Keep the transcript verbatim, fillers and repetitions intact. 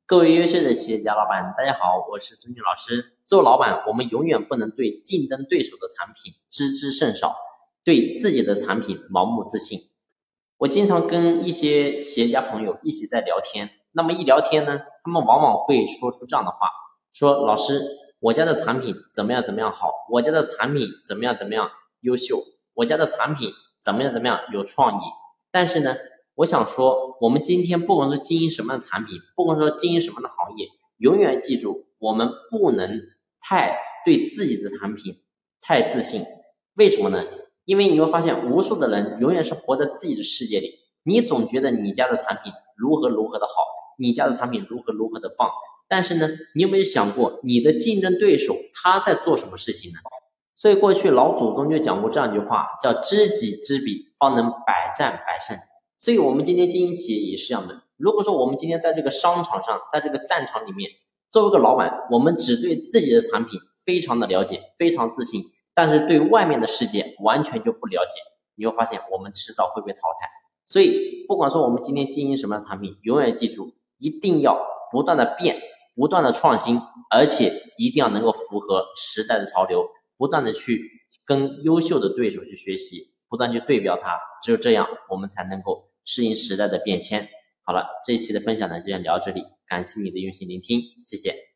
各位优秀的企业家老板，大家好，我是钟俊老师。做老板，我们永远不能对竞争对手的产品知之甚少，对自己的产品盲目自信。我经常跟一些企业家朋友一起在聊天，那么一聊天呢，他们往往会说出这样的话，说老师，我家的产品怎么样怎么样好，我家的产品怎么样怎么样优秀，我家的产品怎么样怎么样有创意。但是呢，我想说，我们今天不管说经营什么样的产品，不管说经营什么样的行业，永远记住，我们不能太对自己的产品太自信。为什么呢？因为你会发现，无数的人永远是活在自己的世界里，你总觉得你家的产品如何如何的好，你家的产品如何如何的棒，但是呢，你有没有想过，你的竞争对手他在做什么事情呢？所以过去老祖宗就讲过这样一句话，叫知己知彼，方能百战百胜。所以我们今天经营企业也是这样的，如果说我们今天在这个商场上，在这个战场里面，作为一个老板，我们只对自己的产品非常的了解，非常自信，但是对外面的世界完全就不了解，你会发现我们迟早会被淘汰。所以不管说我们今天经营什么样的产品，永远记住，一定要不断的变，不断的创新，而且一定要能够符合时代的潮流，不断的去跟优秀的对手去学习，不断去对标它，只有这样我们才能够适应时代的变迁。好了，这一期的分享呢就先聊到这里，感谢你的用心聆听，谢谢。